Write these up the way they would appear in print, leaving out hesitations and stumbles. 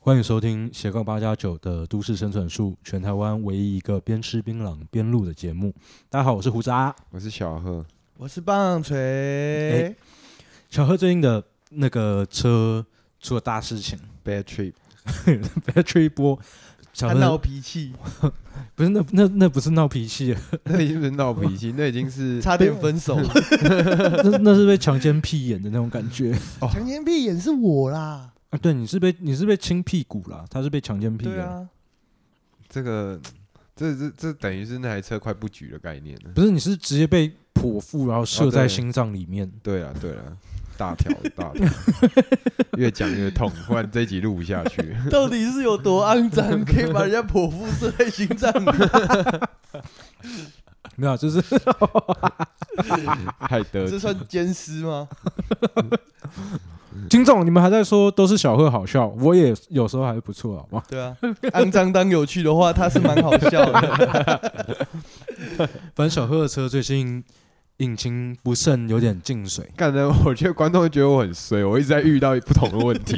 欢迎收听斜杠8+9的都市生存术，全台湾唯一一个边吃槟榔边录的节目。大家好，我是胡渣， 我是小贺， 我是棒槌。 小贺最近的那个车出了大事情 ，bad trip， battery 波，小贺他闹脾气， 不是那不是闹脾气， 那已经不是闹脾气，那已经是差点分手。 那是被强奸屁眼的那种感觉。 强奸屁眼是我啦。 啊，对，你是被亲屁股啦，他是被强奸屁眼。 对啊， 这等于是那台车快不举的概念了。 不是，你是直接被剖腹，然后射在心脏里面。 对了，大条，越讲越痛，不然这一集录不下去。 到底是有多肮脏，可以把人家剖腹射在心脏里？ 没有，就是太得这算奸尸吗？ 金总，你们还在说都是小贺好笑，我也有时候还是不错，好不好？ 对啊，肮脏当有趣的话，他是蛮好笑的。 反正小贺的车最近引擎不慎有点进水， 干的，我觉得观众会觉得我很衰，我一直在遇到不同的问题。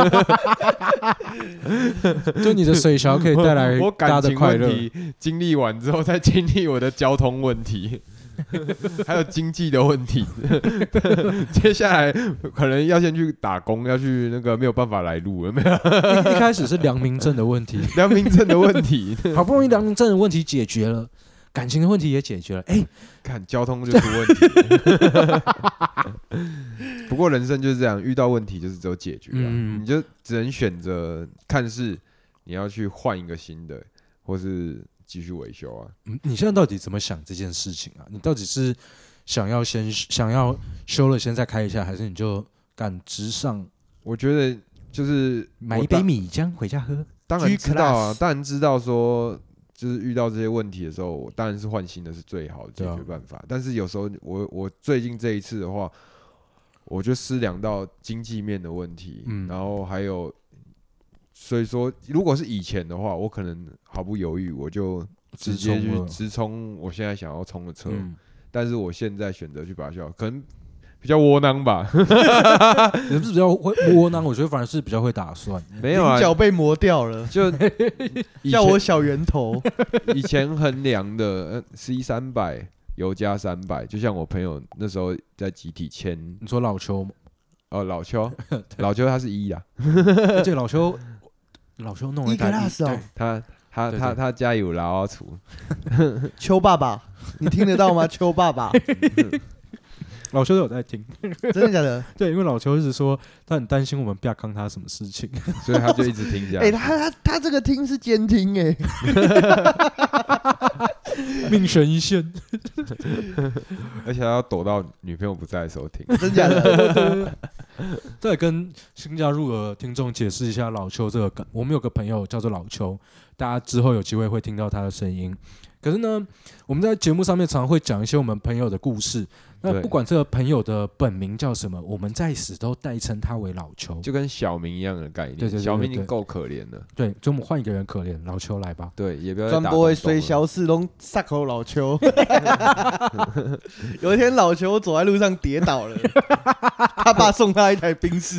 就你的水小可以带来我大家感情的快乐。 问题经历完之后，再经历我的交通问题。还有经济的问题，接下来可能要先去打工，要去那个没有办法来录了，没有？ 一开始是良民证的问题， 良民证的问题， 好不容易良民证的问题解决了，感情的问题也解决了， 看交通就出问题。不过人生就是这样，遇到问题就是只有解决了，你就只能选择看是你要去换一个新的，或是继续维修啊。 你现在到底怎么想这件事情啊？你到底是想要修了先再开一下，还是你就敢直上？ 我觉得就是买一杯米浆回家喝。 当然知道啊，当然知道说，就是遇到这些问题的时候，我当然是换新的是最好的解决办法。但是有时候我最近这一次的话，我就思量到经济面的问题，然后还有。所以说，如果是以前的话，我可能毫不犹豫，我就直接去直冲我现在想要冲的车。但是我现在选择去把它修好，可能比较窝囊吧。 也不是比较会窝囊，我觉得反而是比较会打算。 没有啊， 脚被磨掉了， 就叫我小圆头。 以前衡量的C300油加300，就像我朋友那时候在集体签。 你说老邱吗？ 哦，老邱他是1啦。 这个老邱弄了一台他家有老阿厨。 邱爸爸，你听得到吗？邱爸爸， 老邱都有在听， 真的假的？ 对，因为老邱一直说他很担心我们不要扛他什么事情， 所以他就一直听这样。 他这个听是监听命悬一线， 而且他要躲到女朋友不在的时候听。 真假的？ 再跟新加入的听众解释一下老邱这个梗。我们有个朋友叫做老邱，大家之后有机会会听到他的声音。可是呢，我们在节目上面常常会讲一些我们朋友的故事。那不管这个朋友的本名叫什么，我们在此都代称他为老邱， 就跟小明一样的概念。 对， 小明已经够可怜了。 对，就我们换一个人可怜，老邱来吧。 对，也不要专播会衰小事拢杀口老邱。有一天老邱走在路上跌倒了，他爸送他一台宾士。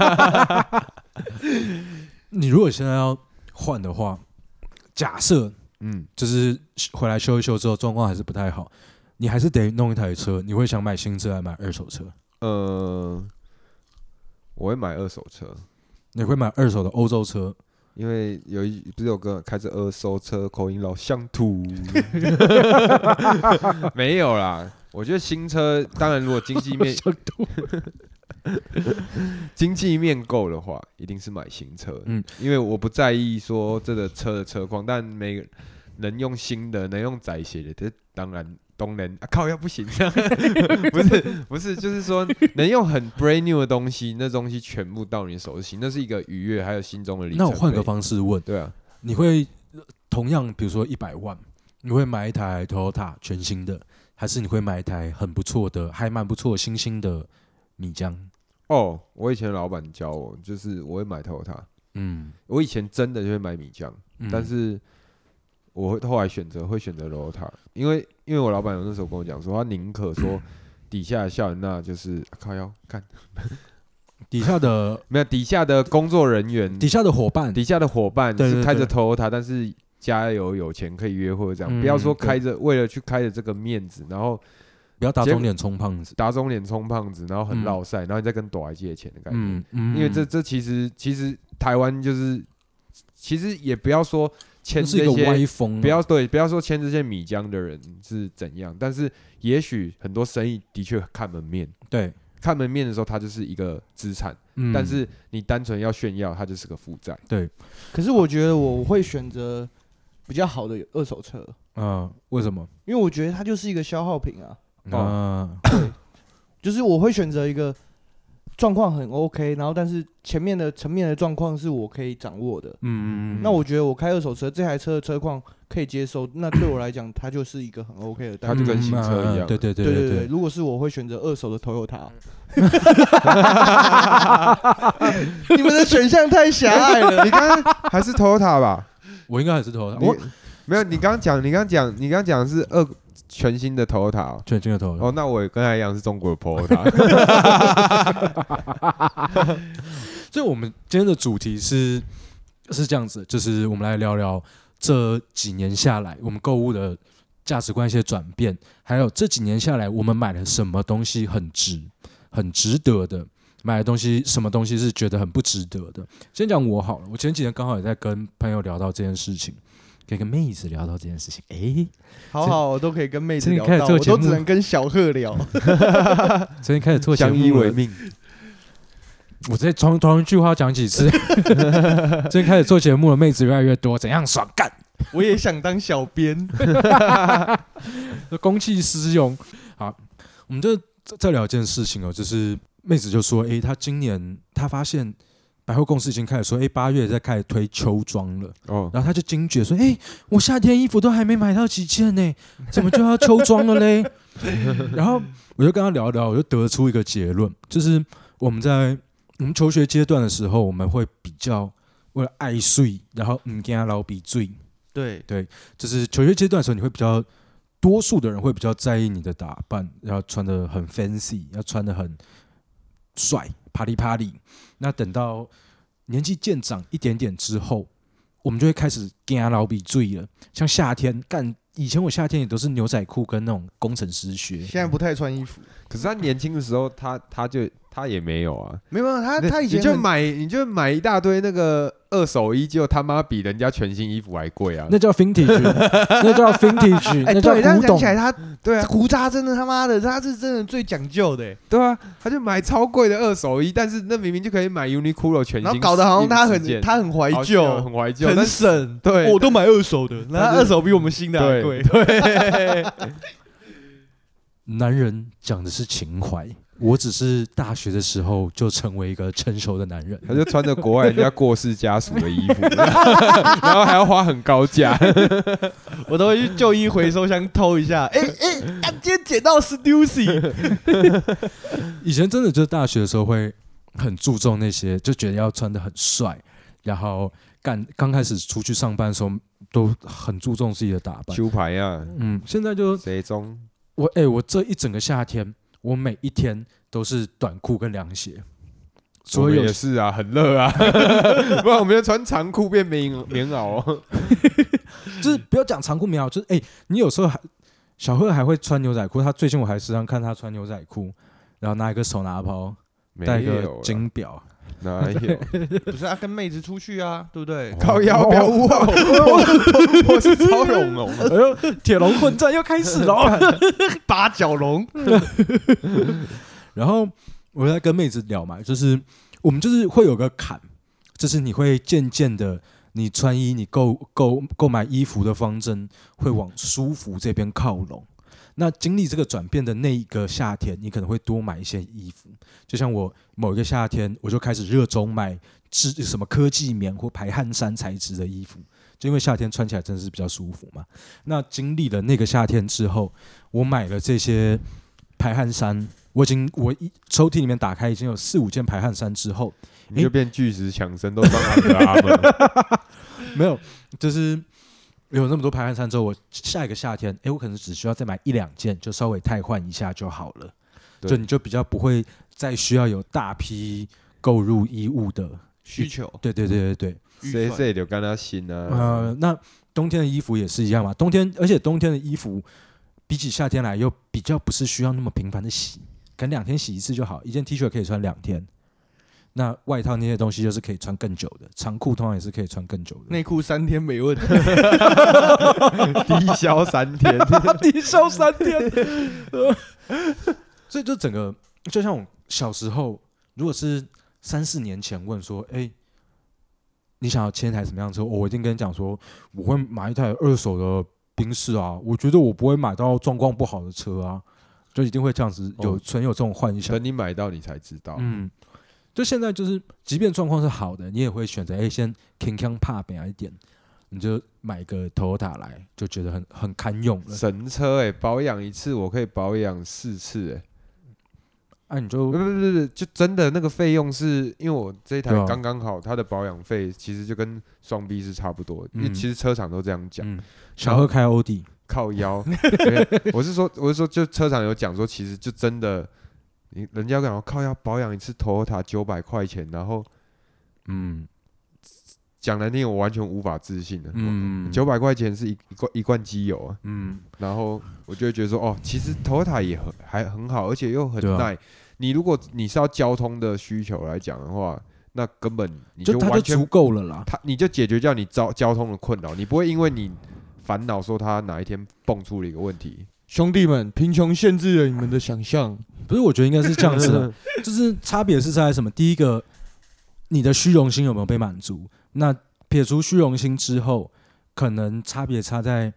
你如果现在要换的话，假设就是回来修一修之后状况还是不太好，你还是得弄一台车，你会想买新车还是买二手车？ 我会买二手车。 你会买二手的欧洲车？ 因为不是有个开着二手车口音老乡土。没有啦，我觉得新车当然如果经济面够的话，一定是买新车。因为我不在意说这个车的车况，但每个能用新的，能用载鞋的，这当然都能。靠，要不行这样。不是，就是说能用很 brand new 的东西，那东西全部到你手就行，那是一个愉悦，还有心中的里程碑。 那我换个方式问， 对啊， 你会同样比如说100万，你会买一台 Toyota 全新的，还是你会买一台很不错的，还蛮不错新的米浆？ 哦，我以前老板教我，就是我会买 Toyota。我以前真的就会买米浆，但是我后来会选择 Toyota， 因为我老板有那时候跟我讲说，他宁可说底下的校园那就是靠腰看底下的没有底下的工作人员， 底下的伙伴， 底下的伙伴对是开着 Toyota，但是加油有钱可以约会这样，不要说为了去开着这个面子，然后不要打肿脸充胖子， 打肿脸充胖子，然后很落赛，然后你再跟短借钱的感觉。因为这其实台湾就是，其实也不要说牵这些歪风， 不要说牵这些米浆的人是怎样，但是也许很多生意的确看门面， 对， 看门面的时候它就是一个资产，但是你单纯要炫耀，它就是个负债。 对， 可是我觉得我会选择比较好的二手车， 为什么？ 因为我觉得它就是一个消耗品啊。 对， 就是我会选择一个状况很 OK， 然后但是前面的层面的状况是我可以掌握的。那我觉得我开二手车，这台车的车况可以接受，那对我来讲，它就是一个很 OK 的。 它就跟新车一样。 对。如果是我会选择二手的 Toyota。你们的选项太狭隘了。 你刚刚还是 Toyota 吧？ 我应该还是 Toyota。 没有，你刚刚讲的是全新的 Toyota， 全新的 Toyota。 哦，那我也跟他一样是中国的 Toyota。 所以，我们今天的主题是这样子，就是我们来聊聊这几年下来我们购物的价值观一些转变，还有这几年下来我们买了什么东西很值得的，买的东西什么东西是觉得很不值得的。先讲我好了，我前几天刚好也在跟朋友聊到这件事情。可以跟妹子聊到这件事情， 好，我都可以跟妹子聊到，我都只能跟小贺聊。 最近开始做节目， 相依为命。 我再同一句话讲几次。最近开始做节目了，妹子越来越多，怎样爽干？ 我也想当小编， 公器私用。好，我们就再聊一件事情哦，就是妹子就说，她今年她发现。百货公司已经开始说，8月在开始推秋装了，然后他就惊觉说，我夏天衣服都还没买到几件呢，怎么就要秋装了嘞？然后我就跟他聊一聊，我就得出一个结论，就是我们求学阶段的时候，我们会比较为了爱水，然后不惊老比水。对，就是求学阶段的时候，你会比较多数的人会比较在意你的打扮，要穿得很 fancy， 要穿得很帅。啪里啪里，那等到年纪渐长一点点之后，我们就会开始惊老比水了。像夏天以前我夏天也都是牛仔裤跟那种工程师靴， 现在不太穿衣服。 可是他年轻的时候，他也没有啊， 没有他以前你就买一大堆那个二手衣，结果他妈比人家全新衣服还贵啊！ 那叫 vintage， 那叫 vintage， 那叫古董。 这样讲起来，他对啊，胡渣真的他妈的，他是真的最讲究的， 对啊，他就买超贵的二手衣，但是那明明就可以买 Uniqlo 全新， 然后搞得好像他很怀旧，很省， 对， 我都买二手的，那二手比我们新的还贵， 对。 男人讲的是情怀。我只是大学的时候就成为一个成熟的男人， 他就穿着国外人家过世家属的衣服，然后还要花很高价。 我都会去旧衣回收箱偷一下。今天捡到 Stussy。 以前真的就是大学的时候会很注重那些，就觉得要穿得很帅，然后刚开始出去上班的时候都很注重自己的打扮。 球牌啊， 现在就谁中？ 我这一整个夏天。我每一天都是短裤跟凉鞋， 所以也是啊，很热啊，不然我们要穿长裤变棉袄。 就是不要讲长裤棉袄，就是你有时候小贺还会穿牛仔裤，他最近我还时常看他穿牛仔裤，然后拿一个手拿包，带一个金表。 哪有？ 不是跟妹子出去啊，对不对？ 靠腰不要污我是超龙， 铁笼混战又开始了， 八角龙。 然后我在跟妹子聊嘛，就是我们就是会有个坎，就是你会渐渐的，你穿衣你购买衣服的方针会往舒服这边靠拢。那经历这个转变的那一个夏天，你可能会多买一些衣服。就像我某一个夏天，我就开始热衷买什么科技棉或排汗衫材质的衣服，就因为夏天穿起来真的是比较舒服嘛。那经历了那个夏天之后，我买了这些排汗衫，我抽屉里面打开已经有4-5件排汗衫之后， 你就变巨石强森，都当阿们。 没有，就是有那么多排汗衫之后，我下一个夏天，我可能只需要再买1-2件，就稍微汰换一下就好了。就你就比较不会再需要有大批购入衣物的需求。 对对对对对， 谁就跟他新啊。 那冬天的衣服也是一样嘛，而且冬天的衣服比起夏天来又比较不是需要那么频繁的洗，可能2天洗一次就好，一件 T 恤可以穿2天。那外套那些东西就是可以穿更久的，长裤通常也是可以穿更久的。 内裤3天没问题， 低消3天， 低消3天。所以就整个就像我小时候，如果是3-4年前问说，你想要签一台什么样的车？我一定跟你讲说，我会买一台2手的宾士啊。我觉得我不会买到状况不好的车啊，就一定会这样子存有这种幻想。 等你买到你才知道。 就现在就是，即便状况是好的，你也会选择先轻轻怕扁一点，你就买个 Toyota 来，就觉得很堪用了。 神车保养1次我可以保养4次你就不，就真的那个费用是因为我这一台刚刚好，它的保养费其实就跟双 B 是差不多，因为其实车厂都这样讲。 小贺开欧迪靠腰，我是说，就车厂有讲说，其实就真的。人家讲靠要保养1次 Toyota 900块钱，然后讲难听，我完全无法置信的。900块钱是一罐机油啊。然后我就会觉得说，其实 Toyota 也还很好，而且又很耐。如果你是要交通的需求来讲的话，那根本你就完全足够了啦。 你就解决掉你交通的困扰，你不会因为你烦恼说他哪一天蹦出了一个问题。 兄弟们，贫穷限制了你们的想象。 不是，我觉得应该是这样子的，就是差别是在什么？第一个，你的虚荣心有没有被满足？那撇除虚荣心之后，可能差别差在，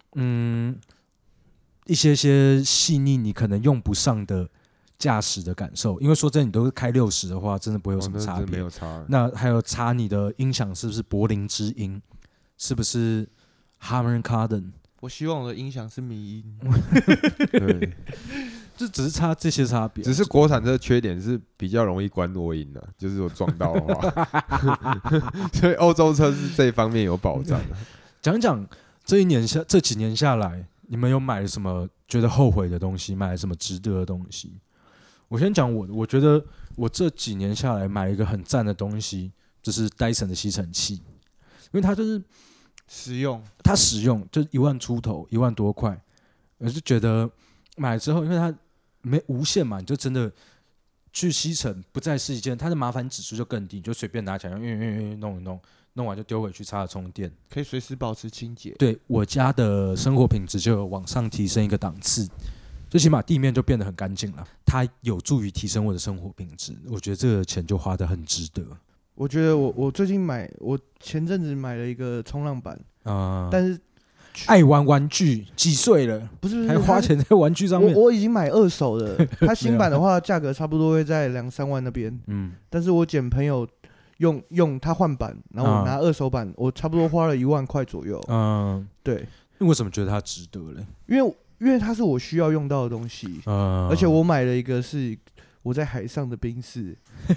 一些细腻你可能用不上的驾驶的感受。因为说真的，你都是开60的话，真的不会有什么差别。 没有差。 那还有差你的音响是不是柏林之音？是不是 Harman Kardon？ 我希望我的音响是迷音。 对， 就只是差这些差别。 只是国产车的缺点是比较容易关落音的，就是有撞到的话，所以欧洲车是这一方面有保障的。 讲讲这几年下来，你们有买了什么觉得后悔的东西？买了什么值得的东西？我先讲我的，我觉得我这几年下来买了一个很赞的东西，就是 Dyson 的吸尘器，因为它就是它实用，就1万出头，1万多块，我就觉得买了之后，因为它没无线嘛，你就真的去吸尘不再是一件，它的麻烦指数就更低，你就随便拿起来弄一弄，弄完就丢回去插了充电， 可以随时保持清洁。 对我家的生活品质就有往上提升一个档次，最起码地面就变得很干净了，它有助于提升我的生活品质，我觉得这个钱就花得很值得。 我觉得我最近我前阵子买了一个冲浪板，但是爱玩玩具，几岁了？不是还花钱在玩具上面？ 我已经买2手的，它新版的话价格差不多会在2-3万那边。但是我捡朋友用它换板，然后我拿2手板，我差不多花了1万块左右。对。 为什么觉得它值得嘞？ 因为它是我需要用到的东西，而且我买了一个是我在海上的宾士，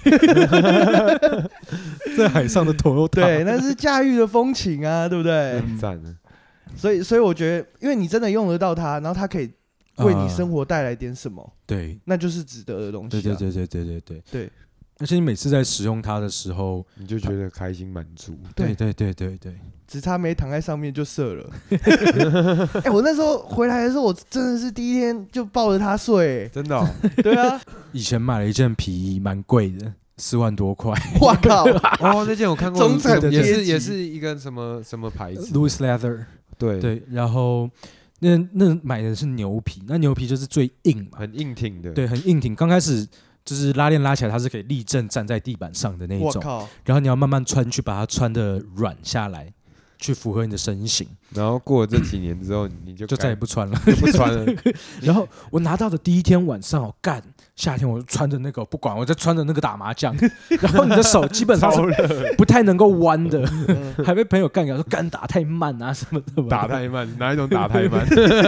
在海上的 Toyota， 对，那是驾驭的风情啊，对不对？ 很赞的。 所以我觉得，因为你真的用得到它，然后它可以为你生活带来点什么， 对， 那就是值得的东西。 对。而且你每次在使用它的时候， 你就觉得开心满足。 对， 只差没躺在上面就射了。我那时候回来的时候，我真的是第一天就抱着它睡。 真的。 对啊。 以前买了一件皮衣，蛮贵的，4万多块。 哇靠！ 那件我看过， 中产也是一个什么牌子 ，Louis Leather。对，然后那买的是牛皮，那牛皮就是最硬嘛， 很硬挺的。 对，很硬挺。刚开始就是拉链拉起来，它是可以立正站在地板上的那一种。然后你要慢慢穿，去把它穿的软下来，去符合你的身形。 然后过了这几年之后，你就再也不穿了， 不穿了。 然后我拿到的第一天晚上，夏天我就穿着那个不管，我在穿着那个打麻将，然后你的手基本上是不太能够弯的，还被朋友干掉说干打太慢啊什么的。 打太慢，哪一种打太慢？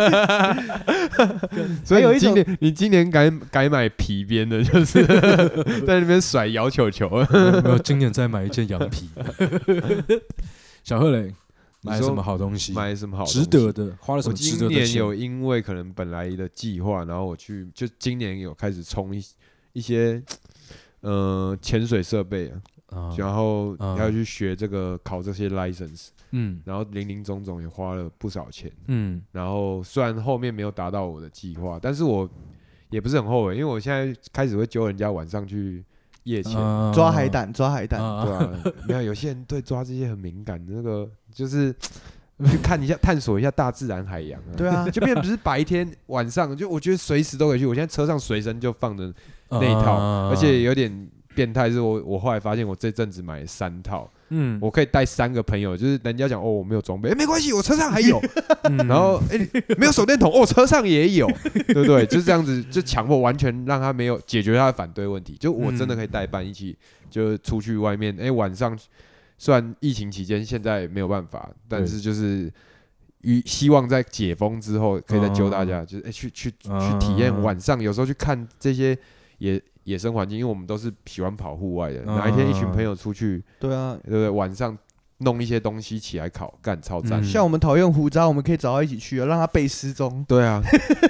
所以你今年改买皮边的，就是在那边甩摇球球。 没有，今年再买一件羊皮。小贺磊。买什么好东西？ 买什么好东西？ 值得的，花了什么值得的钱？ 我今年有因为可能本来的计划，然后我就今年有开始冲一些潜水设备然后还要去学考这些 license，然后林林总总也花了不少钱，然后虽然后面没有达到我的计划，但是我也不是很后悔，因为我现在开始会揪人家晚上去夜潜， 抓海胆，对啊，没有些人对抓这些很敏感，就是去看一下、探索一下大自然海洋对啊， 就变成不是白天晚上，就我觉得随时都可以去。我现在车上随身就放着那一套，而且有点变态，是我后来发现我这阵子买了3套。我可以带3个朋友，就是人家讲我没有装备，没关系，我车上还有。然后没有手电筒，车上也有，对不对？就是这样子，就强迫完全让他没有解决他的反对问题。就我真的可以带伴一起，就出去外面。晚上虽然疫情期间现在没有办法，但是就是希望在解封之后，可以再揪大家，就是去体验晚上，有时候去看这些野生环境，因为我们都是喜欢跑户外的。哪一天一群朋友出去，对不对？晚上弄一些东西起来烤，干超赞。 像我们讨厌胡渣，我们可以找他一起去，让他背失踪。 对啊，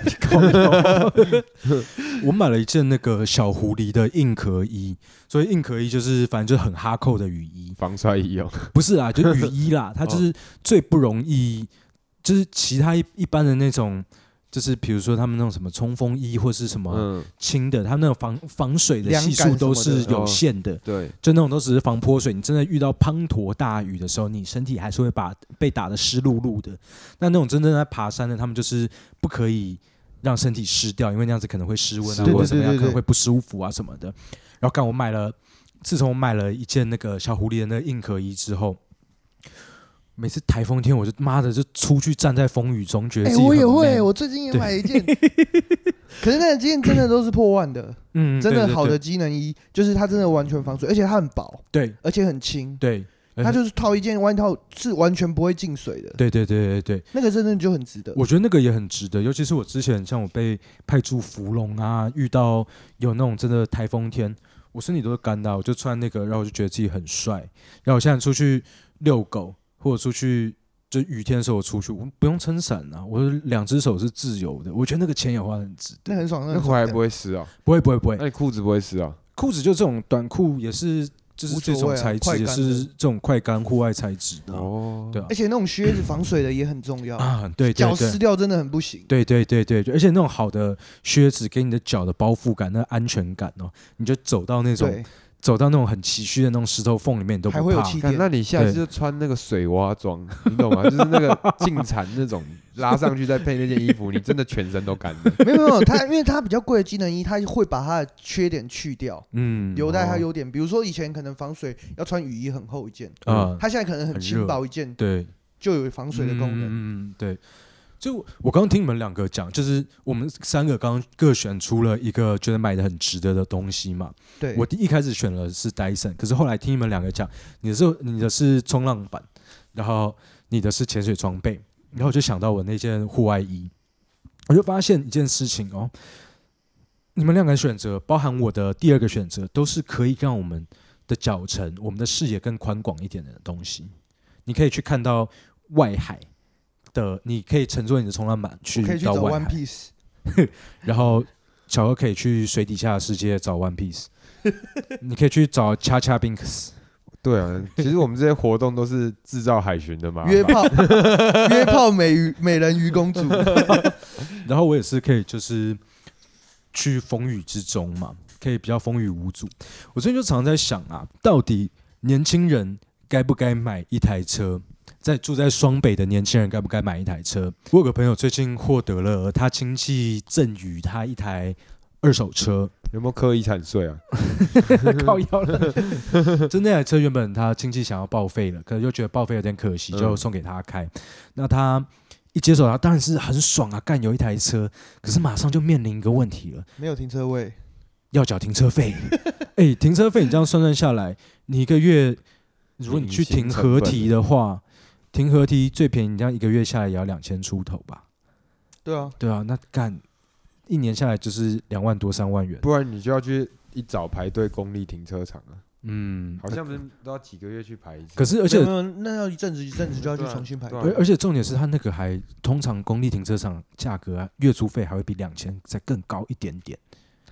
我买了一件那个小狐狸的硬壳衣，所以硬壳衣就是反正就是很哈扣的雨衣， 防摔衣哦。 不是啦，就雨衣啦，它就是最不容易，就是其他一般的那种。就是比如说他们那种什么冲锋衣或是什么轻的，他们那种防水的系数都是有限的， 对， 就那种都只是防泼水。你真的遇到滂沱大雨的时候，你身体还是会被打得湿漉漉的。那种真正在爬山的，他们就是不可以让身体湿掉，因为那样子可能会失温啊，或者怎么样可能会不舒服啊什么的。然后自从我买了一件那个小狐狸的那个硬壳衣之后。每次台风天，我就妈的就出去站在风雨中，觉得自己很我也会，我最近也买一件，可是那件真的都是破万的，真的好的机能衣，就是它真的完全防水，而且它很薄， 对， 而且很轻， 对， 它就是套一件外套是完全不会进水的， 对， 那个真的就很值得。 我觉得那个也很值得，尤其是我之前像我被派驻福隆啊，遇到有那种真的台风天，我身体都是干的，我就穿那个，然后我就觉得自己很帅。然后我现在出去遛狗。或者出去就雨天的时候，我出去我不用撑伞啊，我2只手是自由的。我觉得那个钱也花得很值得， 那很爽。 那回来不会湿啊？ 不会。 那你裤子不会湿啊？ 裤子就这种短裤也是，就是这种材质也是这种快干户外材质的对啊。 而且那种靴子防水的也很重要啊，对， 脚湿掉真的很不行。 对，而且那种好的靴子给你的脚的包覆感、那个安全感你就走到那种很崎岖的那种石头缝里面，你都不怕。 还会有气垫。 那你下次就穿那个水蛙装，你懂吗？就是那个进产那种拉上去再配那件衣服，你真的全身都干了。 没有，因为它比较贵的机能衣，它会把它的缺点去掉，留在它优点。比如说以前可能防水要穿雨衣很厚一件，它现在可能很轻薄一件， 对， 就有防水的功能。 对。就我刚刚听你们2个讲，就是我们3个刚刚各选出了一个觉得买的很值得的东西嘛。 对， 我一开始选的是 Dyson， 可是后来听你们2个讲，你的是冲浪板，然后你的是潜水装备，然后我就想到我那件户外衣，我就发现一件事情你们2个选择，包含我的第2个选择，都是可以让我们的脚程、我们的视野更宽广一点的东西。你可以去看到外海。你可以乘坐你的冲浪板去到外海，然后小哥可以去水底下的世界找 One Piece， 你可以去找恰恰 Binks。 对啊，其实我们这些活动都是制造海巡的嘛， 约炮美人鱼公主。 然后我也是可以就是去风雨之中嘛，可以比较风雨无阻。我最近就常在想啊，到底年轻人该不该买一台车？住在双北的年轻人该不该买一台车？我有个朋友最近获得了他亲戚赠予他一台2手车， 有没有刻遗产税啊？ 靠腰了。就那台车原本他亲戚想要报废了，可能就觉得报废有点可惜，就送给他开。那他一接手，他当然是很爽啊，干有一台车。可是马上就面临一个问题了， 没有停车位， 要缴停车费。停车费你这样算下来，你1个月，如果你去停合体的话。停合梯最便宜，你这样1个月下来也要2000出头吧？ 对啊， 那干1年下来就是2万多3万元， 不然你就要去一早排队公立停车场啊。好像不是都要几个月去排一次？ 可是而且那要一阵子就要去重新排队。 而且重点是他那个通常公立停车场价格月租费还会比2000再更高一点点。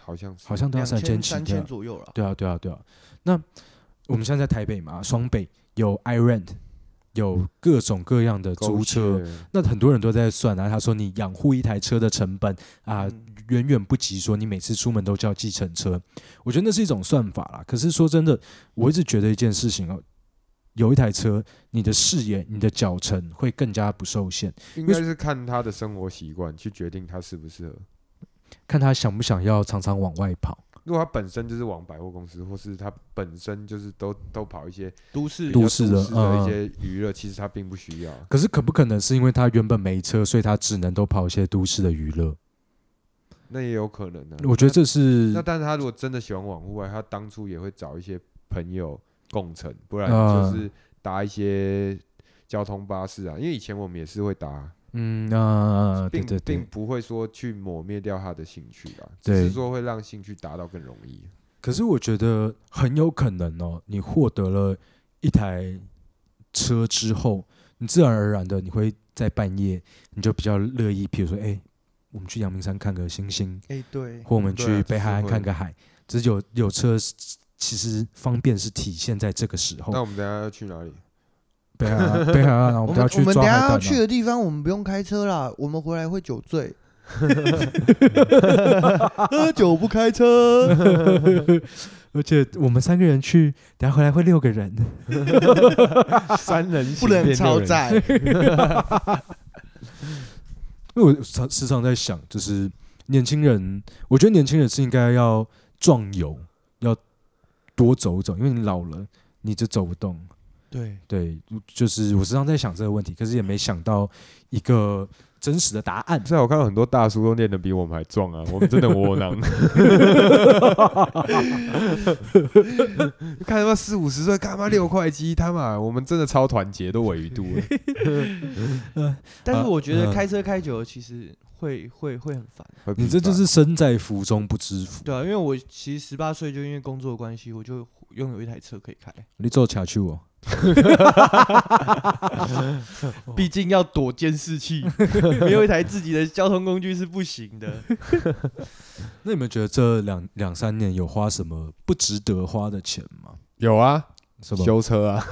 好像是， 好像都要3000起跳 3000左右了。 对啊。那我们现在在台北嘛，双北有 iRent， 有各种各样的租车，那很多人都在算啊。他说你养护一台车的成本啊，远远不及说你每次出门都叫计程车。我觉得那是一种算法啦。可是说真的，我一直觉得一件事情哦，有一台车，你的视野、你的脚程会更加不受限。 应该是看他的生活习惯去决定他适不适合， 看他想不想要常常往外跑。 如果他本身就是往百货公司，或是他本身就是都跑一些都市的嗯一些娱乐，其实他并不需要。 可是可不可能是因为他原本没车，所以他只能都跑一些都市的娱乐？ 那也有可能啊。 我觉得这是但是他如果真的喜欢往户外，他当初也会找一些朋友共乘，不然就是搭一些交通巴士啊。因为以前我们也是会搭。 对， 并不会说去抹灭掉他的兴趣啦，只是说会让兴趣达到更容易。 可是我觉得很有可能哦，你获得了一台车之后，你自然而然的你会在半夜，你就比较乐意，比如说，我们去阳明山看个星星， 对， 或我们去北海岸看个海，只是有车，其实方便是体现在这个时候。 那我们等一下要去哪里？ 北海岸，我们要去抓海胆。 我们等一下要去的地方，我们不用开车啦，我们回来会酒醉。喝酒不开车， 而且我们3个人去，等一下回来会6个人 ，3人行不能超载。 因为我时常在想，就是年轻人，我觉得年轻人是应该要壮游，要多走走，因为你老了，你就走不动。对，就是我时常在想这个问题，可是也没想到一个真实的答案。 虽然我看到很多大叔都练得比我们还壮啊，我们真的窝囊。看他妈40、50岁，干嘛6块肌，他妈我们真的超团结，都尾鱼肚了。 但是我觉得开车开久了，其实会很烦。 你这就是身在福中不知福。 对啊，因为我其实18岁就因为工作的关系，我就拥有一台车可以开。 你做卡去哦。 毕竟要躲监视器，没有一台自己的交通工具是不行的。 那你们觉得这两三年有花什么不值得花的钱吗？ 有啊， 什么？ 修车啊。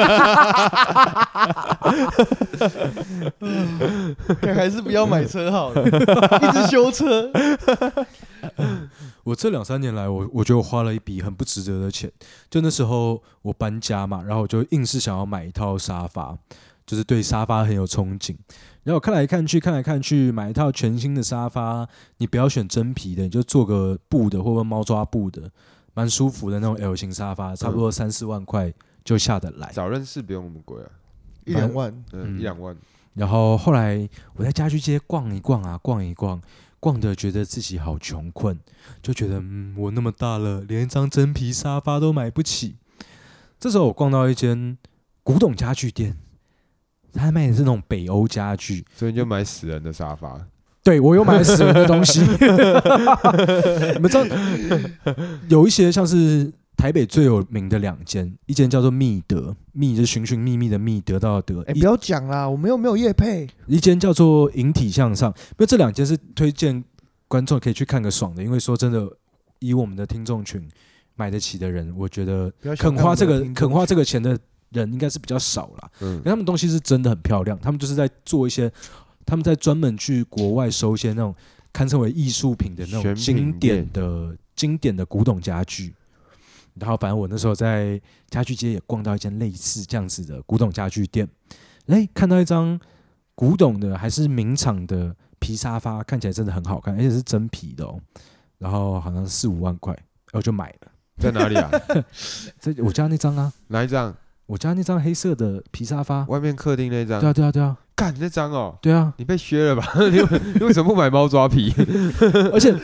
还是不要买车好了，一直修车。 我这2、3年来，我觉得我花了一笔很不值得的钱。就那时候我搬家嘛，然后我就硬是想要买一套沙发，就是对沙发很有憧憬。然后我看来看去，买一套全新的沙发，你不要选真皮的，你就做个布的或者猫抓布的，蛮舒服的那种 L 型沙发，差不多3、4万块就下得来。 找认识不用那么贵啊 ，1、2万 ，1、2万。 然后后来我在家居街逛一逛，逛的觉得自己好穷困，就觉得我那么大了，连一张真皮沙发都买不起。这时候我逛到一间古董家具店，他卖的是那种北欧家具， 所以你就买死人的沙发。 对，我有买死人的东西。你们知道有一些像是台北最有名的2间，一间叫做密德，密是寻寻觅觅的觅，得到的得。 不要讲啦，我们又没有业配。 一间叫做引体向上，因为这2间是推荐观众可以去看个爽的。因为说真的，以我们的听众群买得起的人，我觉得肯花这个钱的人应该是比较少啦。因为他们东西是真的很漂亮，他们就是在做一些，他们在专门去国外收一些那种堪称为艺术品的那种经典的古董家具。然后反正我那时候在家具街也逛到一间类似这样子的古董家具店，看到一张古董的还是名厂的皮沙发，看起来真的很好看，而且是真皮的哦。然后好像是4、5万块，我就买了。 在哪里啊？ 在我家那张啊。 哪一张？ 我家那张黑色的皮沙发， 外面客厅那张。 对啊。 干那张哦。 对啊。 你被削了吧？你为什么不买猫抓皮？ 而且。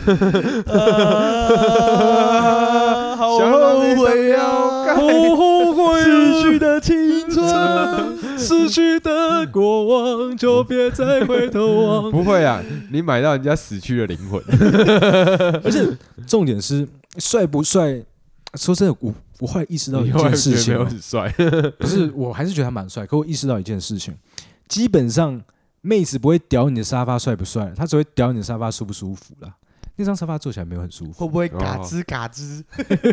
好后悔啊！ 后悔逝去的青春， 逝去的过往，就别再回头望。 不会啊，你买到人家死去的灵魂。 而且重点是帅不帅？说真的，我后来意识到一件事情， 没有很帅， 不是，我还是觉得他蛮帅。可我意识到一件事情，基本上妹子不会屌你的沙发帅不帅，她只会屌你的沙发舒不舒服啦。 那张沙发坐起来没有很舒服， 会不会嘎吱嘎吱？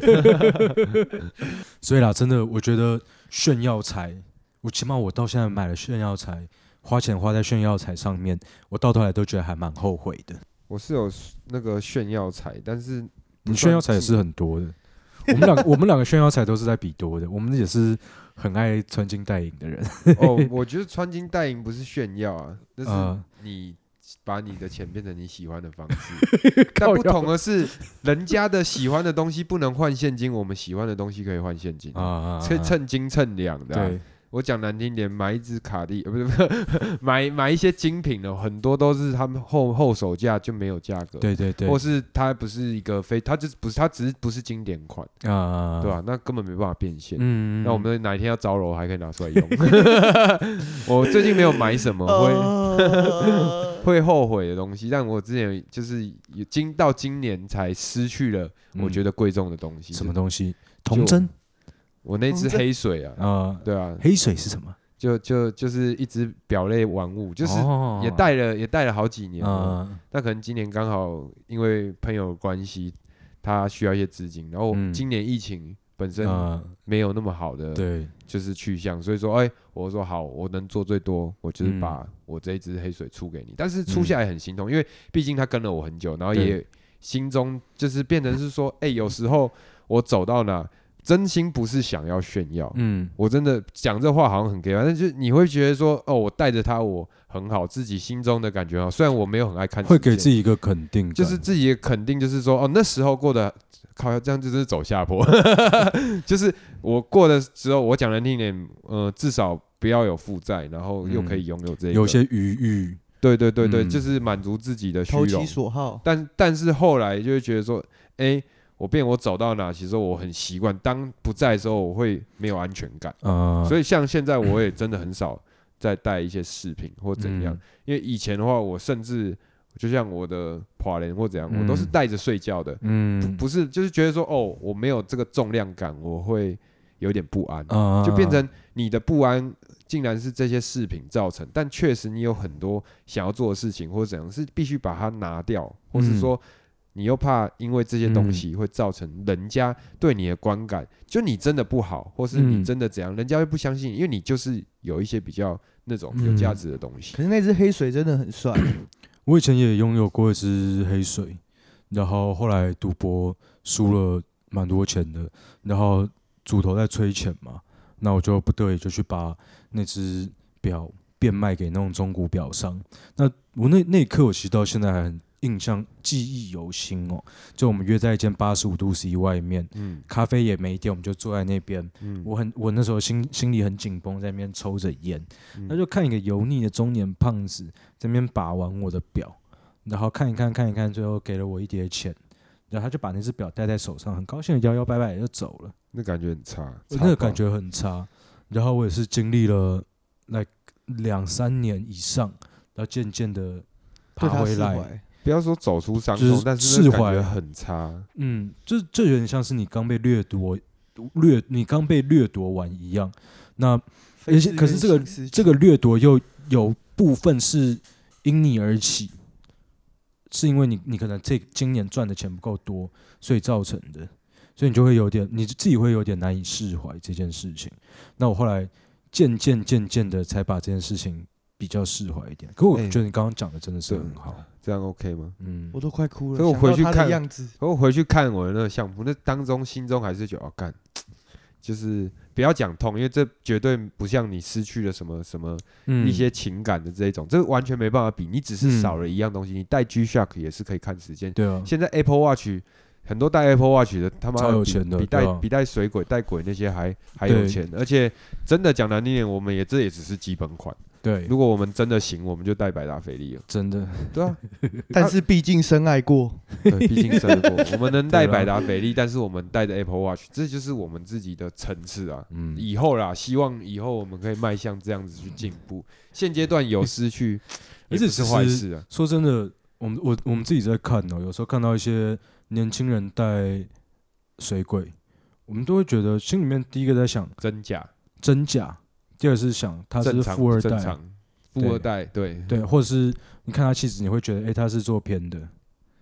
所以啦，真的，我觉得炫耀财，起码我到现在买了炫耀财，花钱花在炫耀财上面，我到头来都觉得还蛮后悔的。 我是有那个炫耀财，但是你炫耀财也是很多的。我们两个炫耀财都是在比多的，我们也是很爱穿金戴银的人。 哦，我觉得穿金戴银不是炫耀啊，那是你把你的钱变成你喜欢的方式。但不同的是，人家的喜欢的东西不能换现金，我们喜欢的东西可以换现金，称斤称两的、啊。对，我讲难听点，买一支卡地，不是买一些精品的，很多都是他们后手价就没有价格， 对对对， 或是它不是一个它只是不是经典款啊，对吧？那根本没办法变现。那我们哪一天要招楼还可以拿出来用。我最近没有买什么会后悔的东西，但我之前就是到今年才失去了我觉得贵重的东西。 什么东西？童真。 我那只黑水啊，对啊， 黑水是什么？ 就是一只表类玩物，就是也带了好几年了。那可能今年刚好因为朋友的关系，他需要一些资金，然后今年疫情本身没有那么好的，就是去向，所以说，我说好，我能做最多，我就是把我这一只黑水出给你。但是出下来很心痛，因为毕竟他跟了我很久，然后也心中就是变成是说，有时候我走到哪。真心不是想要炫耀，我真的讲这话好像很 gay， 但是你会觉得说，我带着它我很好，自己心中的感觉好。虽然我没有很爱看， 会给自己一个肯定， 就是自己的肯定，就是说，那时候过得靠，这样就是走下坡。就是我过的时候，我讲难听一点，至少不要有负债，然后又可以拥有这个， 有些余裕。 对，就是满足自己的虚荣， 投其所好。 但是后来就会觉得说，我走到哪，其实我很习惯。当不在的时候，我会没有安全感。所以像现在，我也真的很少再带一些饰品或怎样。因为以前的话，我甚至就像我的褂帘或怎样，我都是带着睡觉的。不是，就是觉得说，我没有这个重量感，我会有点不安。就变成你的不安，竟然是这些饰品造成。但确实，你有很多想要做的事情或怎样，是必须把它拿掉，或是说。你又怕因为这些东西会造成人家对你的观感，就你真的不好，或是你真的怎样，人家会不相信你，因为你就是有一些比较那种有价值的东西。 可是那只黑水真的很帅。 我以前也拥有过一只黑水，然后后来赌博输了蛮多钱的，然后主头在催钱嘛，那我就不得已就去把那只表变卖给那种中古表商。那我那一刻，我其实到现在还很印象记忆犹新哦。就我们约在一间85度 C 外面，咖啡也没点，我们就坐在那边。我那时候心里很紧绷，在那边抽着烟，那就看一个油腻的中年胖子在那边把玩我的表，然后看一看，最后给了我一叠钱，然后他就把那只表戴在手上，很高兴的摇摇摆摆就走了。 那感觉很差， 那个感觉很差。然后我也是经历了2-3年以上，然后渐渐的爬回来。 不要说走出伤痛，但是那感觉很差。 这有点像是你刚被掠夺完一样。那可是这个掠夺又有部分是因你而起，是因为你可能今年赚的钱不够多，所以造成的，所以你就会你自己会有点难以释怀这件事情。那我后来渐渐的才把这件事情比较释怀一点。可我觉得你刚刚讲的真的是很好。 这样 OK 吗？ 我都快哭了。 所以我回去看样子， 我回去看我的那个相簿，那当中心中还是觉得干，就是不要讲痛，因为这绝对不像你失去了什么一些情感的这一种，这完全没办法比。你只是少了一样东西，你戴 G-Shock 也是可以看时间。 对啊。 现在 Apple Watch 很多戴 Apple Watch 的他妈超有钱的， 比戴水鬼、戴鬼那些还有钱，而且真的讲难听点，我们这也只是基本款。 对， 如果我们真的行，我们就戴百达翡丽了。真的，对啊。 但是毕竟深爱过， 对，毕竟深爱过。我们能戴百达翡丽，但是我们戴的 Apple Watch， 这就是我们自己的层次啊。以后啦，希望以后我们可以迈向这样子去进步。现阶段有失去，也不是坏事啊。 说真的，我们自己在看哦，有时候看到一些年轻人戴水鬼，我们都会觉得心里面第一个在想真假。 第二是想他是富二代， 对， 或者是你看他气质，你会觉得他是做偏的。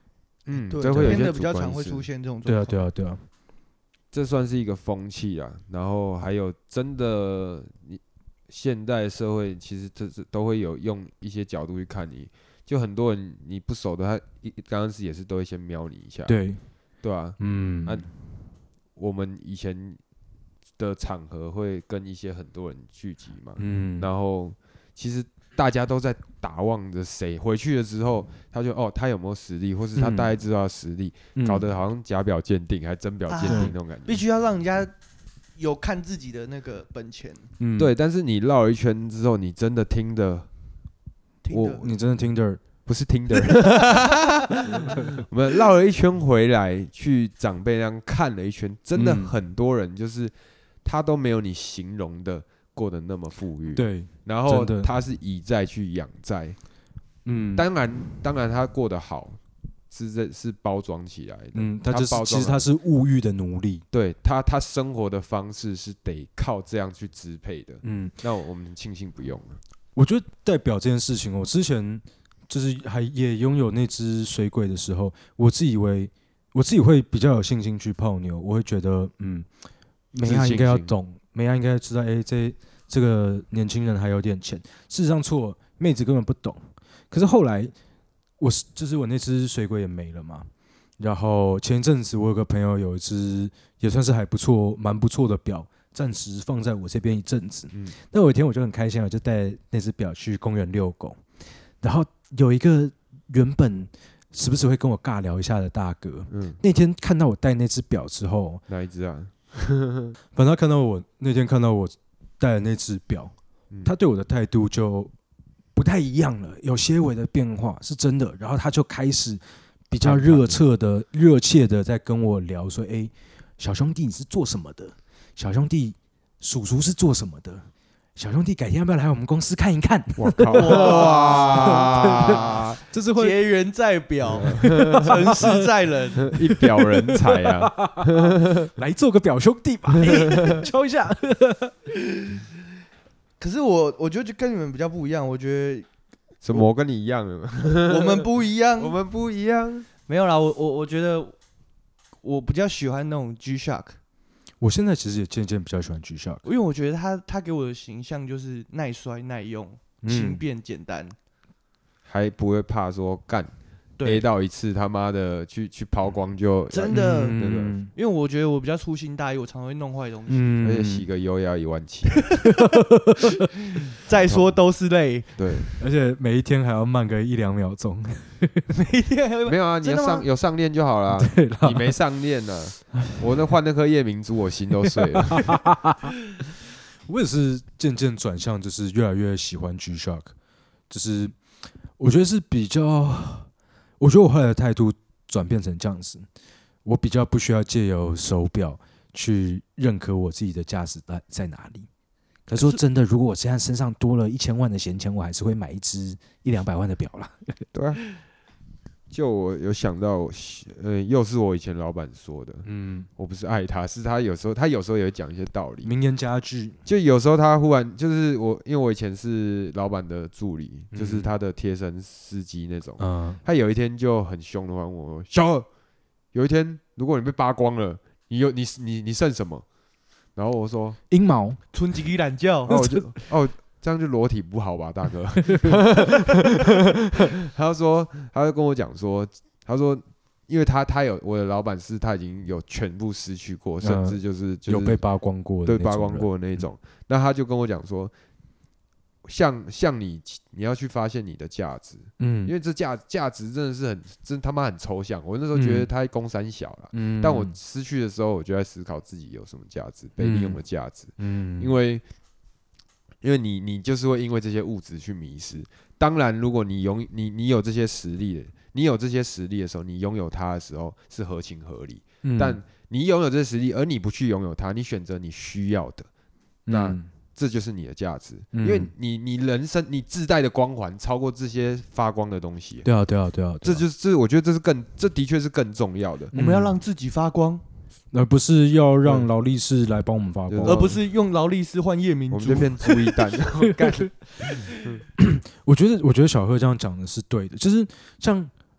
对， 这会有一些变得比较主观意识常会出现这种对啊， 状况。 对啊，对啊， 这算是一个风气啊。然后还有真的，你现代社会其实这都会有用一些角度去看你，就很多人你不熟的，他刚开始也是都会先瞄你一下， 对， 对啊， 嗯， 我们以前的场合会跟一些很多人聚集嘛，然后其实大家都在打望着谁回去了之后，他就他有没有实力，或是他大概知道实力，搞得好像假表鉴定还真表鉴定那种感觉， 必须要让人家有看自己的那个本钱。 对，但是你绕了一圈之后，你真的听的， 你真的听的不是听的，我们绕了一圈回来，去长辈那样看了一圈，真的很多人就是他都没有你形容的过得那么富裕， 对， 然后他是以债去养债，当然他过得好是包装起来的， 他就是其实他是物欲的奴隶， 对他生活的方式是得靠这样去支配的，那我们庆幸不用了。 我觉得代表这件事情，我之前就是也拥有那只水鬼的时候，我自己会比较有信心去泡妞，我会觉得梅亚应该要懂，梅亚应该知道，这个年轻人还有点钱。事实上错，妹子根本不懂。可是后来我那只水鬼也没了嘛。然后前一阵子我有个朋友有一只也算是还不错、蛮不错的表，暂时放在我这边一阵子。那有一天我就很开心，我就带那只表去公园遛狗，然后有一个原本时不时会跟我尬聊一下的大哥，那天看到我戴那只表之后， 哪一只啊？ 反正那天看到我戴的那只表，他对我的态度就不太一样了，有些微的变化是真的。然后他就开始比较热切的在跟我聊说：“小兄弟你是做什么的？小兄弟叔叔是做什么的？小兄弟改天要不要来我们公司看一看？” 我靠！哇， 这是结缘在表，成事在人， 一表人才啊！ 来做个表兄弟吧，敲一下。 可是我觉得就跟你们比较不一样，我觉得什么？我跟你一样了？ 我们不一样， 我们不一样。 没有啦，我觉得我比较喜欢那种 G-Shock。 我现在其实也渐渐比较喜欢 G-Shock， 因为我觉得他给我的形象就是耐摔、耐用、轻便、简单， 还不会怕说干 A 到一次他妈的去抛光就真的那个，因为我觉得我比较粗心大意，我常会弄坏东西， 而且洗个油也要17000， 再说都是泪， 对， 而且每一天还要慢个1-2秒钟， 每一天没有啊，你有上链就好了，你没上链呢，我换那颗夜明珠，我心都碎了。 我也是渐渐转向，就是越来越喜欢 G-Shock， 就是我觉得是比较。我觉得我后来的态度转变成这样子，我比较不需要借由手表去认可我自己的价值在哪里。可是说真的，如果我现在身上多了1000万的闲钱，我还是会买一只100-200万的表啦。 对啊，就我有想到，又是我以前老板说的，我不是爱他，是他有时候也会讲一些道理。 名言佳句， 就有时候他忽然就是因为我以前是老板的助理，就是他的贴身司机那种，他有一天就很凶的问我：“小二，有一天如果你被扒光了，你剩什么？”然后我说：“ 阴毛， 春几个懒觉。” 然后我就这样就裸体不好吧，大哥？他就跟我讲说，他说，因为他有我的老板是他已经有全部失去过，甚至就是有被扒光过的， 对，扒光过的那种。那他就跟我讲说，像你要去发现你的价值，因为这价值真的是真他妈很抽象。我那时候觉得他公三小啦，但我失去的时候，我就在思考自己有什么价值，被利用的价值，因为你就是会因为这些物质去迷失。当然，如果你有这些实力的，你有这些实力的时候，你拥有它的时候是合情合理。但你拥有这些实力，而你不去拥有它，你选择你需要的，那这就是你的价值。因为你人生你自带的光环超过这些发光的东西。 对啊， 我觉得这的确是更重要的。 我们要让自己发光。 而不是要让劳力士来帮我们发光， 而不是用劳力士换夜明珠， 我们这边猪一蛋。 我觉得小贺这样讲的是对的，就是像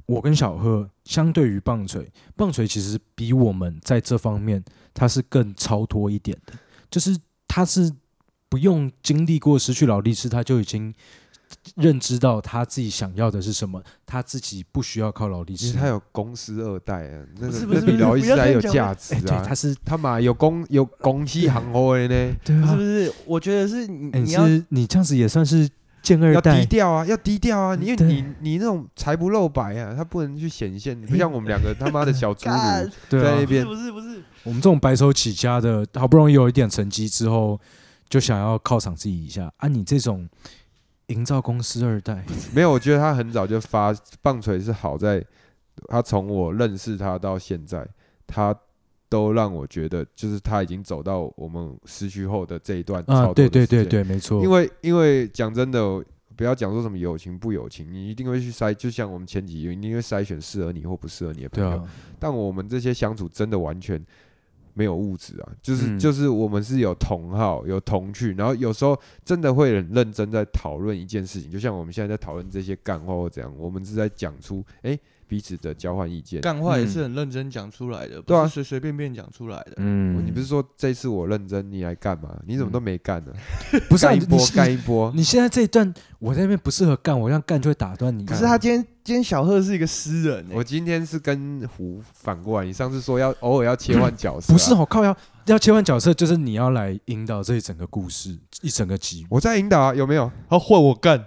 我跟小贺相对于棒槌，棒槌其实比我们在这方面它是更超脱一点的，就是他是不用经历过失去劳力士，他就已经认知到他自己想要的是什么，他自己不需要靠劳力士。 因为他有公司二代啊，那不是个比劳力士还有价值对， 啊。 他妈有公司行货的呢， 对啊， 不是不是，我觉得是你这样子也算是剑二要代， 低调啊，要低调啊，因为对你那种财不露白啊，他不能去显现，不像我们两个他妈的小侏儒对啊在那边。 不是， 我们这种白手起家的，好不容易有一点成绩之后，就想要犒赏自己一下啊！你这种营造公司二代， 没有，我觉得他很早就发棒槌是好在，他从我认识他到现在，他都让我觉得，就是他已经走到我们失去后的这一段啊， 超多的时间。 对，没错。 因为讲真的，不要讲说什么友情不友情，你一定会去筛，就像我们前几集一定会筛选适合你或不适合你的朋友。 对啊， 但我们这些相处真的完全没有物质啊， 嗯就是我们是有同好有同趣，然后有时候真的会很认真在讨论一件事情，就像我们现在在讨论这些干话或怎样，我们是在讲出彼此的交换意见。 干话也是很认真讲出来的， 对啊不是随随便便讲出来的。 你不是说这次我认真，你来干嘛？你怎么都没干呢？ 不是啊干一波。 你现在这一段我在那边不适合干，我这样干就会打断你。 可是他今天小贺是一个诗人我今天是跟胡反过来，你上次说要偶尔要切换角色， 不是哦，靠要切换角色，就是你要来引导这一整个故事，一整个集。 我在引导啊，有没有？ 他换我干，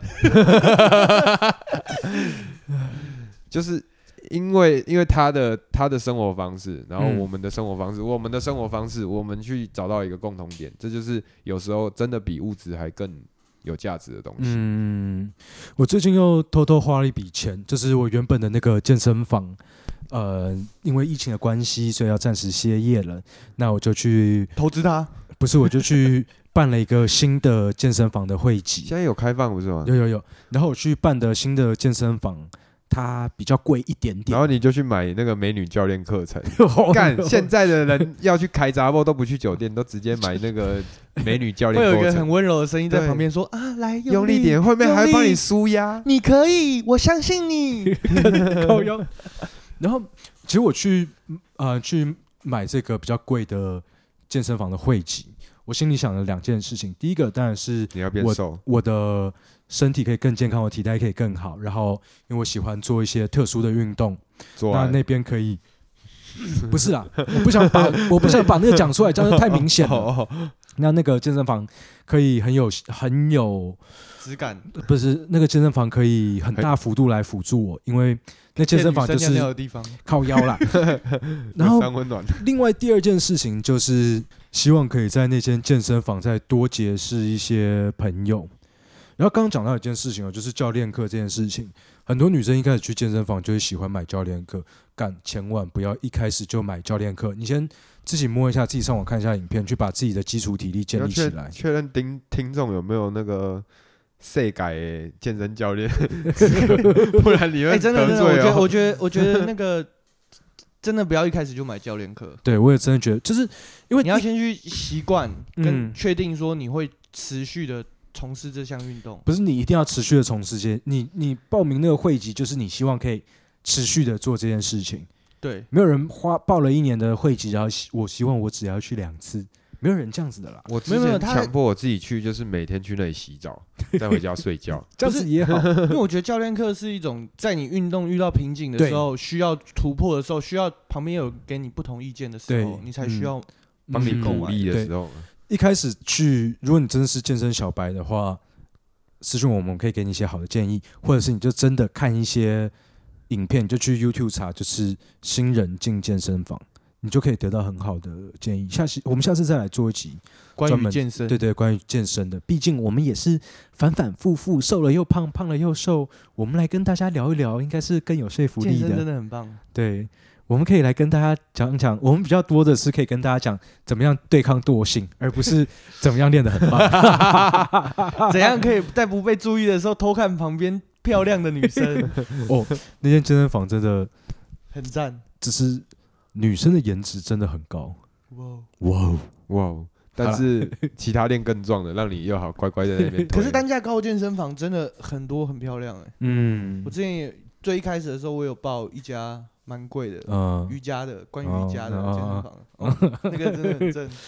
就是因为他的生活方式，然后我们的生活方式，我们去找到一个共同点，这就是有时候真的比物质还更有价值的东西。 我最近又偷偷花了一笔钱，就是我原本的那个健身房，因为疫情的关系，所以要暂时歇业了。那我就去投资他， 不是，我就去办了一个新的健身房的会籍。 现在有开放不是吗？ 有，然后我去办的新的健身房，它比较贵一点点。 然后你就去买那个美女教练课程。干，现在的人要去开杂货都不去酒店，都直接买那个美女教练课程。 会有一个很温柔的声音在旁边说啊，来用力点，后面还帮你舒压， 你可以，我相信你。 靠腰。然后其实我去买这个比较贵的健身房的会籍，我心里想了2件事情。第一个当然是你要变瘦， 我的身体可以更健康，我体态可以更好。然后因为我喜欢做一些特殊的运动，那边可以。不是啊，我不想把那个讲出来，这样太明显了。那个健身房可以很有质感， 不是那个健身房可以很大幅度来辅助我，因为那健身房就是靠腰啦。然后另外第2件事情就是希望可以在那间健身房再多结识一些朋友。然后刚刚讲到一件事情就是教练课这件事情，很多女生一开始去健身房就会喜欢买教练课，千万不要一开始就买教练课，你先自己摸一下，自己上网看一下影片，去把自己的基础体力建立起来。 确认听众有没有那个世改健身教练，不然你会真的得罪哦。 我觉得那个真的不要一开始就买教练课。 对，我也真的觉得，就是因为你要先去习惯跟确定说你会持续的从事这项运动。 不是你一定要持续的从事你报名那个会籍，就是你希望可以持续的做这件事情。 对， 没有人报了1年的会籍，然后我希望我只要去2次，没有人这样子的啦。 我之前强迫我自己去，就是每天去那里洗澡，再回家睡觉， 这样子也好。 因为我觉得教练课是一种在你运动遇到瓶颈的时候，需要突破的时候，需要旁边有给你不同意见的时候，你才需要帮你鼓励的时候。 一开始去，如果你真的是健身小白的话，私讯我们可以给你一些好的建议，或者是你就真的看一些影片，你就去 YouTube 查，就是新人进健身房，你就可以得到很好的建议。我们下次再来做一集关于健身， 对，关于健身的。毕竟我们也是反反复复，瘦了又胖，胖了又瘦。我们来跟大家聊一聊，应该是更有说服力的。 健身真的很棒。 对，我们可以来跟大家讲讲，我们比较多的是可以跟大家讲怎么样对抗惰性，而不是怎么样练得很棒。 怎样可以在不被注意的时候偷看旁边漂亮的女生。 那间健身房真的很赞， 只是女生的颜值真的很高。哇！ 但是其他练更壮的，让你又好乖乖在那边推。 可是单价高健身房真的很多很漂亮我之前也最一开始的时候，我有报一家蛮贵的瑜伽的，关于瑜伽的健身房，那个真的很正。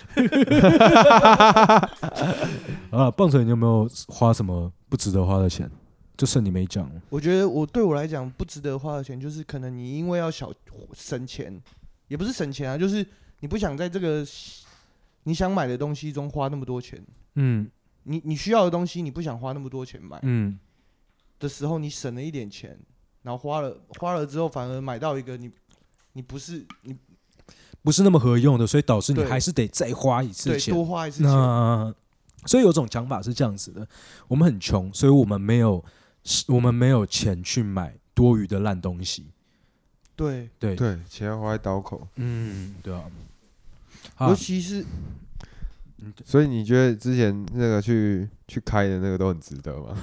啊，棒槌，你有没有花什么不值得花的钱？就剩你没讲。 我觉得对我来讲不值得花的钱，就是可能你因为要省钱，也不是省钱啊，就是你不想在这个你想买的东西中花那么多钱。你需要的东西，你不想花那么多钱买。的时候，你省了一点钱，然后花了之后，反而买到一个你不是那么合用的，所以导致你还是得再花一次钱， 多花一次钱。 所以有种讲法是这样子的：我们很穷，所以我们没有钱去买多余的烂东西。 对， 钱要花在刀口。 对啊。 尤其是， 所以你觉得之前那个去开的那个都很值得吗？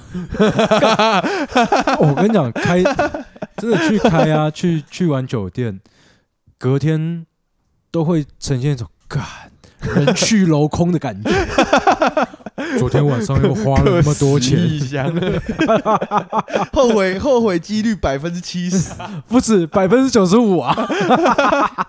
我跟你讲，真的去开啊，去玩酒店，隔天都会呈现一种人去楼空的感觉。昨天晚上又花了那么多钱， 后悔几率70%， 不止95%啊！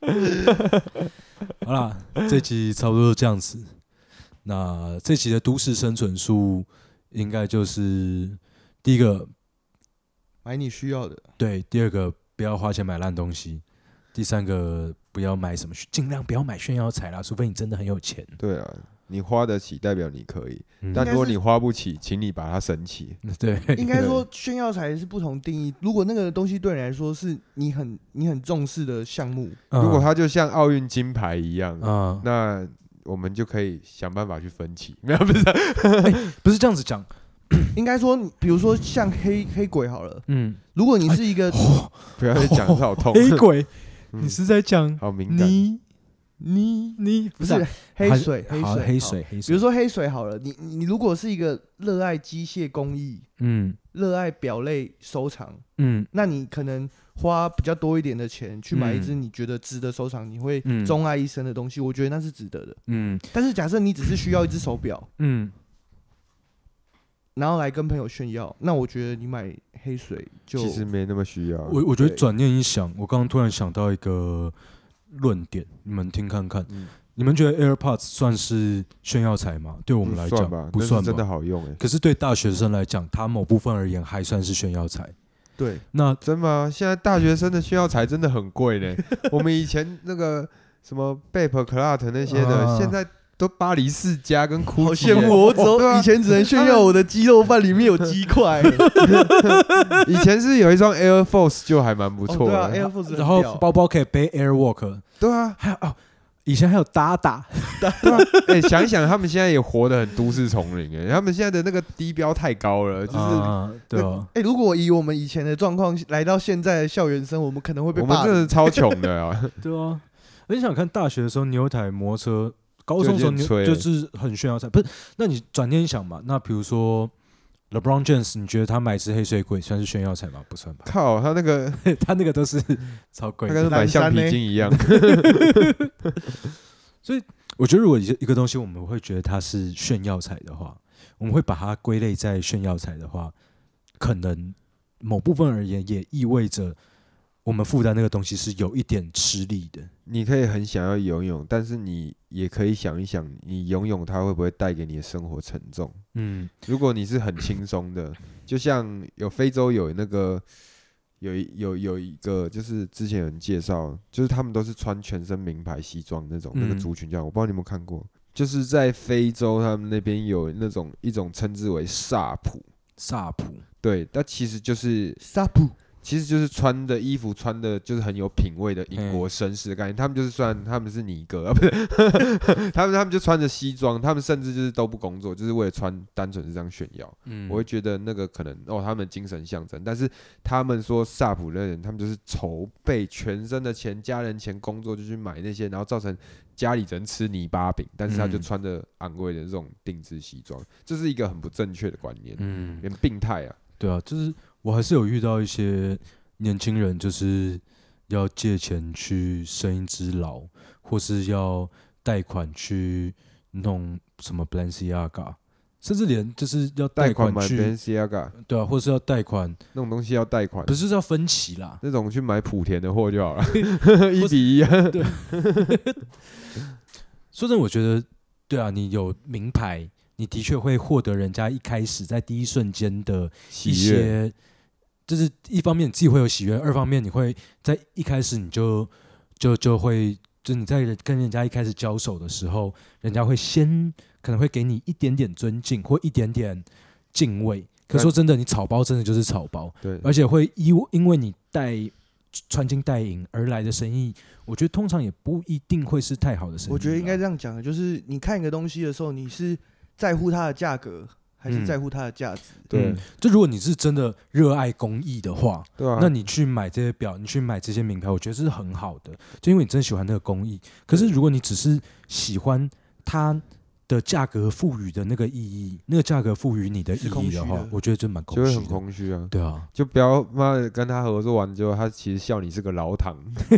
好啦，这集差不多这样子。那这集的都市生存术，应该就是第一个买你需要的， 对；第二个不要花钱买烂东西；第三个不要买什么，尽量不要买炫耀财啦，除非你真的很有钱。 对啊，你花得起代表你可以，但如果你花不起，请你把它省起。 对， 应该说炫耀财是不同定义。如果那个东西对你来说是你很重视的项目， 如果它就像奥运金牌一样，那我们就可以想办法去分期。没有， 不是这样子讲。 应该说，比如说像黑鬼好了，如果你是一个， 不要再讲，好痛。 黑鬼，你是在讲好敏感。 你不是黑水，比如说黑水好了，你如果是一个热爱机械工艺，热爱表类收藏，那你可能花比较多一点的钱去买一支你觉得值得收藏，你会钟爱一生的东西，我觉得那是值得的。但是假设你只是需要一只手表，然后来跟朋友炫耀，那我觉得你买黑水就其实没那么需要。 我觉得转念一想，我刚刚突然想到一个论点，你们听看看。你们觉得 AirPods 算是炫耀财吗？对我们来讲不算吧， 真的好用可是对大学生来讲，它某部分而言还算是炫耀财。 对， 那真吗？现在大学生的炫耀财真的很贵呢。我们以前那个什么 Bape、Clat 那些的，现在都巴黎世家跟酷， 好羡慕我以前只能炫耀我的鸡肉饭里面有鸡块。 以前是有一双 Air Force 就还蛮不错的， 对啊 ，Air Force， 然后包包可以背 Airwalk， 对啊， 还有以前还有搭， 对吧？想一想，他们现在也活得很都市丛林，他们现在的那个低标太高了，就是对啊。 如果以我们以前的状况来到现在的校园生，我们可能会被霸凌。 我们真的超穷的啊！ 对啊，你想看大学的时候，你有一台摩托车，高中的时候就是很炫耀才不是？那你转念想嘛，那比如说 LeBron James， 你觉得他买只黑水鬼算是炫耀财吗？不算吧？ 靠，他那个都是超贵的， 他跟买橡皮筋一样。 所以我觉得，如果一个东西我们会觉得它是炫耀财的话，我们会把它归类在炫耀财的话，可能某部分而言也意味着我们负担那个东西是有一点吃力的。 你可以很想要游泳，但是你也可以想一想，你游泳它会不会带给你的生活沉重？如果你是很轻松的，就像非洲有那个有一个，就是之前有人介绍，就是他们都是穿全身名牌西装那种，那个族群叫我不知道你有没有看过，就是在非洲他们那边有一种称之为萨普，对，但其实就是萨普。 其实就是穿的衣服穿的就是很有品味的英国绅士的概念，他们就是他们是尼哥啊，不是，他们就穿着西装，他们甚至就是都不工作，就是为了穿，单纯是这样炫耀。我会觉得那个可能他们精神象征，但是他们说萨普的人，他们就是筹备全身的钱、家人钱、工作就去买那些，然后造成家里只能吃泥巴饼，但是他就穿着昂贵的这种定制西装，这是一个很不正确的观念，很病态啊。 对啊，就是我还是有遇到一些年轻人，就是要借钱去生一只老，或是要贷款去弄什么 Balenciaga 甚至连就是要贷款买去 Balenciaga， 对啊，或是要贷款， 那种东西要贷款， 不是就是要分期啦， 那种去买莆田的货就好了，1:1啊。 对，说真的，我觉得对啊，你有名牌，你的确会获得人家一开始在第一瞬间的一喜悦， 些，就是一方面你自己会有喜悦，二方面你会在一开始你就会，就你在跟人家一开始交手的时候，人家会可能会给你一点点尊敬或一点点敬畏。可说真的，你草包真的就是草包， 对， 而且会因为你穿金戴银而来的生意，我觉得通常也不一定会是太好的生意。 我觉得应该这样讲，就是你看一个东西的时候，你是在乎它的价格，还是在乎它的价值？ 对， 就如果你是真的热爱工艺的话， 对啊， 那你去买这些表，你去买这些名牌，我觉得是很好的，就因为你真的喜欢那个工艺。可是如果你只是喜欢它的价格赋予的那个意义，那个价格赋予你的意义的话，我觉得就蛮空虚的， 就会很空虚啊。 对啊， 就不要妈的跟他合作完之后，他其实笑你是个老鸨，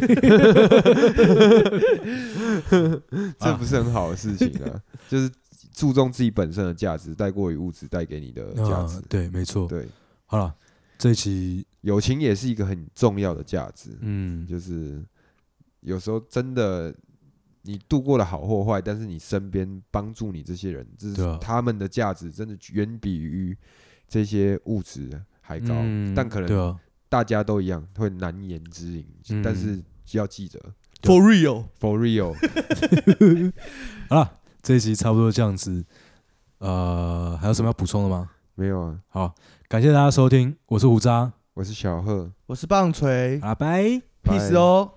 这不是很好的事情啊。就是注重自己本身的价值，带过于物质带给你的价值。 对，没错。 对， 好了，这一期友情也是一个很重要的价值。 嗯， 就是有时候真的。你度过了好或坏，但是你身边帮助你这些人，就是他们的价值真的远比于这些物质还高。但可能大家都一样，会难言之隐。但是要记得 ，For real，For real。 好了，这一集差不多这样子。还有什么要补充的吗？ 没有啊。 好，感谢大家收听，我是胡渣， 我是小贺， 我是棒槌， 好啦，拜 ，peace 哦。